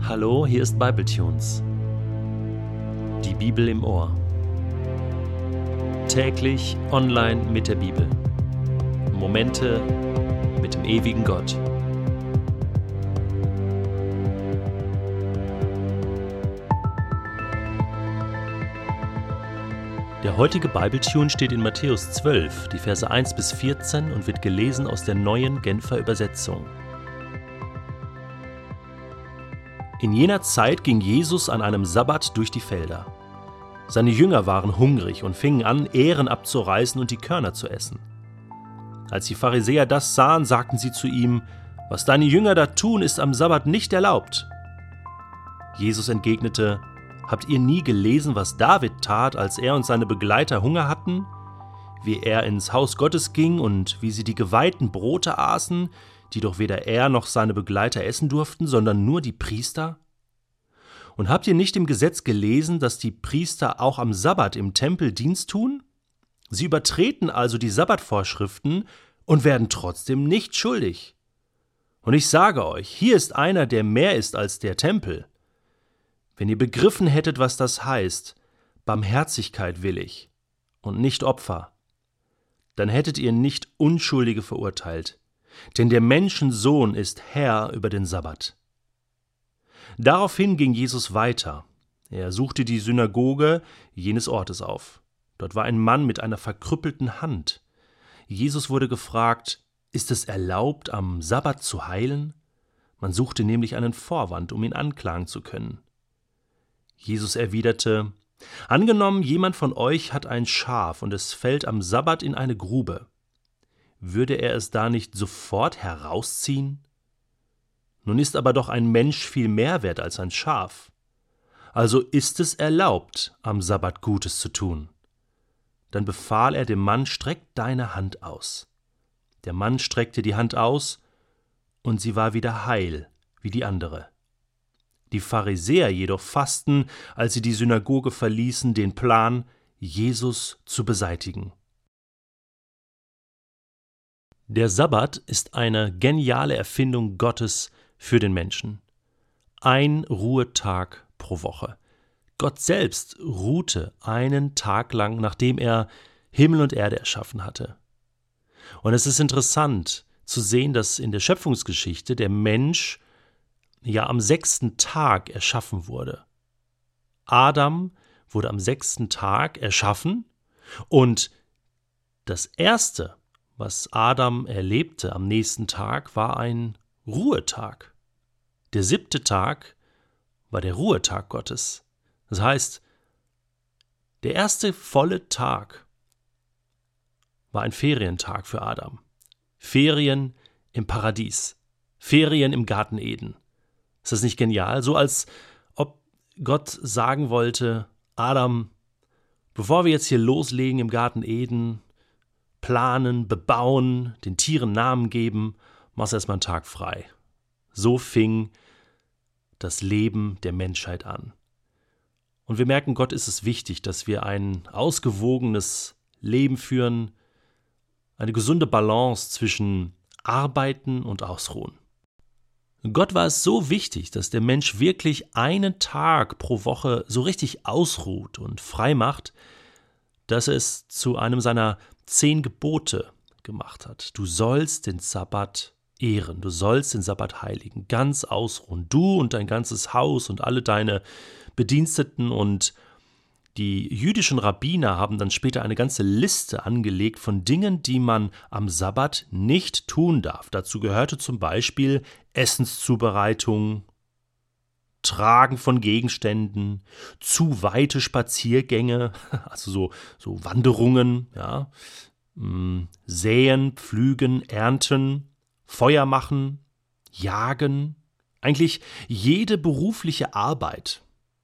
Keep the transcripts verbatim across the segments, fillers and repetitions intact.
Hallo, hier ist Bibletunes. Die Bibel im Ohr. Täglich online mit der Bibel. Momente mit dem ewigen Gott. Der heutige Bibletune steht in Matthäus zwölf, die Verse eins bis vierzehn und wird gelesen aus der neuen Genfer Übersetzung. In jener Zeit ging Jesus an einem Sabbat durch die Felder. Seine Jünger waren hungrig und fingen an, Ähren abzureißen und die Körner zu essen. Als die Pharisäer das sahen, sagten sie zu ihm: Was deine Jünger da tun, ist am Sabbat nicht erlaubt. Jesus entgegnete: Habt ihr nie gelesen, was David tat, als er und seine Begleiter Hunger hatten? Wie er ins Haus Gottes ging und wie sie die geweihten Brote aßen, die doch weder er noch seine Begleiter essen durften, sondern nur die Priester? Und habt ihr nicht im Gesetz gelesen, dass die Priester auch am Sabbat im Tempel Dienst tun? Sie übertreten also die Sabbatvorschriften und werden trotzdem nicht schuldig. Und ich sage euch, hier ist einer, der mehr ist als der Tempel. Wenn ihr begriffen hättet, was das heißt, Barmherzigkeit will ich und nicht Opfer, dann hättet ihr nicht Unschuldige verurteilt, denn der Menschensohn ist Herr über den Sabbat. Daraufhin ging Jesus weiter. Er suchte die Synagoge jenes Ortes auf. Dort war ein Mann mit einer verkrüppelten Hand. Jesus wurde gefragt: Ist es erlaubt, am Sabbat zu heilen? Man suchte nämlich einen Vorwand, um ihn anklagen zu können. Jesus erwiderte: Angenommen, jemand von euch hat ein Schaf und es fällt am Sabbat in eine Grube. Würde er es da nicht sofort herausziehen? Nun ist aber doch ein Mensch viel mehr wert als ein Schaf. Also ist es erlaubt, am Sabbat Gutes zu tun. Dann befahl er dem Mann: Streck deine Hand aus. Der Mann streckte die Hand aus, und sie war wieder heil, wie die andere. Die Pharisäer jedoch fassten, als sie die Synagoge verließen, den Plan, Jesus zu beseitigen. Der Sabbat ist eine geniale Erfindung Gottes für den Menschen. Ein Ruhetag pro Woche. Gott selbst ruhte einen Tag lang, nachdem er Himmel und Erde erschaffen hatte. Und es ist interessant zu sehen, dass in der Schöpfungsgeschichte der Mensch ja am sechsten Tag erschaffen wurde. Adam wurde am sechsten Tag erschaffen und das Erste, was Adam erlebte am nächsten Tag, war ein Ruhetag. Der siebte Tag war der Ruhetag Gottes. Das heißt, der erste volle Tag war ein Ferientag für Adam. Ferien im Paradies. Ferien im Garten Eden. Ist das nicht genial? So als ob Gott sagen wollte: Adam, bevor wir jetzt hier loslegen im Garten Eden, planen, bebauen, den Tieren Namen geben, machst erstmal einen Tag frei. So fing das Leben der Menschheit an. Und wir merken, Gott ist es wichtig, dass wir ein ausgewogenes Leben führen, eine gesunde Balance zwischen Arbeiten und Ausruhen. Gott war es so wichtig, dass der Mensch wirklich einen Tag pro Woche so richtig ausruht und frei macht, dass er es zu einem seiner zehn Gebote gemacht hat. Du sollst den Sabbat ehren, du sollst den Sabbat heiligen, ganz ausruhen, du und dein ganzes Haus und alle deine Bediensteten. Und die jüdischen Rabbiner haben dann später eine ganze Liste angelegt von Dingen, die man am Sabbat nicht tun darf. Dazu gehörte zum Beispiel Essenszubereitung, Tragen von Gegenständen, zu weite Spaziergänge, also so, so Wanderungen, ja, säen, pflügen, ernten, Feuer machen, jagen, eigentlich jede berufliche Arbeit.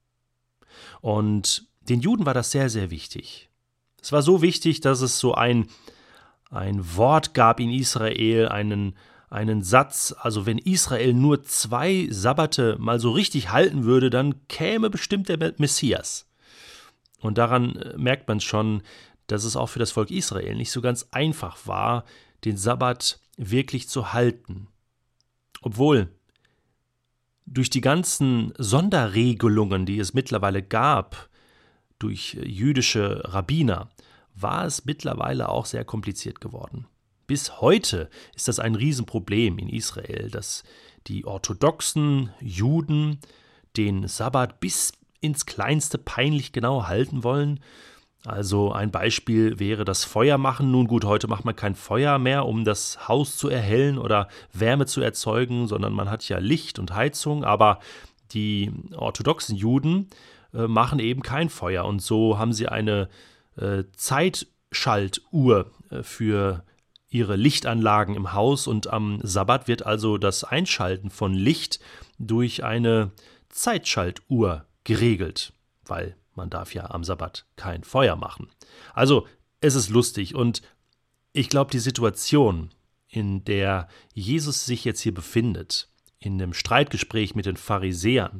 Und den Juden war das sehr, sehr wichtig. Es war so wichtig, dass es so ein, ein Wort gab in Israel, einen einen Satz, also wenn Israel nur zwei Sabbate mal so richtig halten würde, dann käme bestimmt der Messias. Und daran merkt man schon, dass es auch für das Volk Israel nicht so ganz einfach war, den Sabbat wirklich zu halten. Obwohl durch die ganzen Sonderregelungen, die es mittlerweile gab, durch jüdische Rabbiner, war es mittlerweile auch sehr kompliziert geworden. Bis heute ist das ein Riesenproblem in Israel, dass die orthodoxen Juden den Sabbat bis ins Kleinste peinlich genau halten wollen. Also ein Beispiel wäre das Feuer machen. Nun gut, heute macht man kein Feuer mehr, um das Haus zu erhellen oder Wärme zu erzeugen, sondern man hat ja Licht und Heizung, aber die orthodoxen Juden äh, machen eben kein Feuer und so haben sie eine äh, Zeitschaltuhr äh, für ihre Lichtanlagen im Haus und am Sabbat wird also das Einschalten von Licht durch eine Zeitschaltuhr geregelt, weil man darf ja am Sabbat kein Feuer machen. Also es ist lustig und ich glaube, die Situation, in der Jesus sich jetzt hier befindet, in dem Streitgespräch mit den Pharisäern,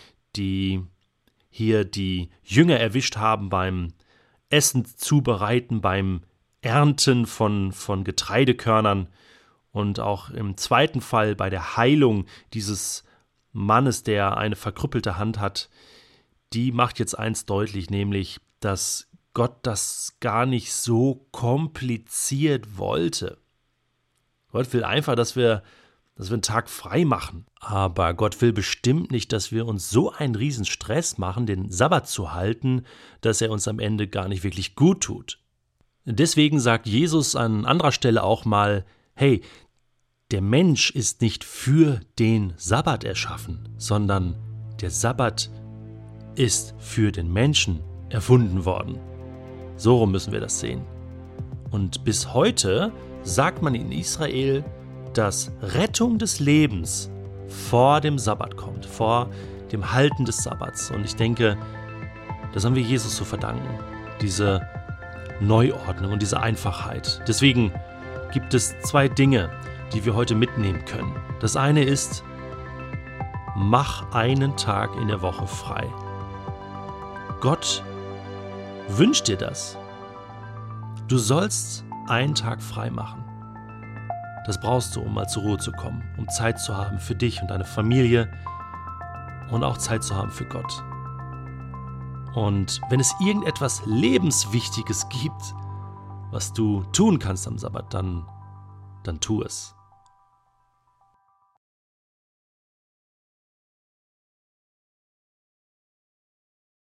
die hier die Jünger erwischt haben beim Essen zubereiten, beim Ernten von, von Getreidekörnern und auch im zweiten Fall bei der Heilung dieses Mannes, der eine verkrüppelte Hand hat, die macht jetzt eins deutlich, nämlich, dass Gott das gar nicht so kompliziert wollte. Gott will einfach, dass wir, dass wir einen Tag frei machen. Aber Gott will bestimmt nicht, dass wir uns so einen riesen Stress machen, den Sabbat zu halten, dass er uns am Ende gar nicht wirklich gut tut. Deswegen sagt Jesus an anderer Stelle auch mal, hey, der Mensch ist nicht für den Sabbat erschaffen, sondern der Sabbat ist für den Menschen erfunden worden. So rum müssen wir das sehen. Und bis heute sagt man in Israel, dass Rettung des Lebens vor dem Sabbat kommt, vor dem Halten des Sabbats. Und ich denke, das haben wir Jesus zu verdanken, diese Neuordnung und diese Einfachheit. Deswegen gibt es zwei Dinge, die wir heute mitnehmen können. Das eine ist, mach einen Tag in der Woche frei. Gott wünscht dir das. Du sollst einen Tag frei machen. Das brauchst du, um mal zur Ruhe zu kommen, um Zeit zu haben für dich und deine Familie und auch Zeit zu haben für Gott. Und wenn es irgendetwas Lebenswichtiges gibt, was du tun kannst am Sabbat, dann, dann tu es.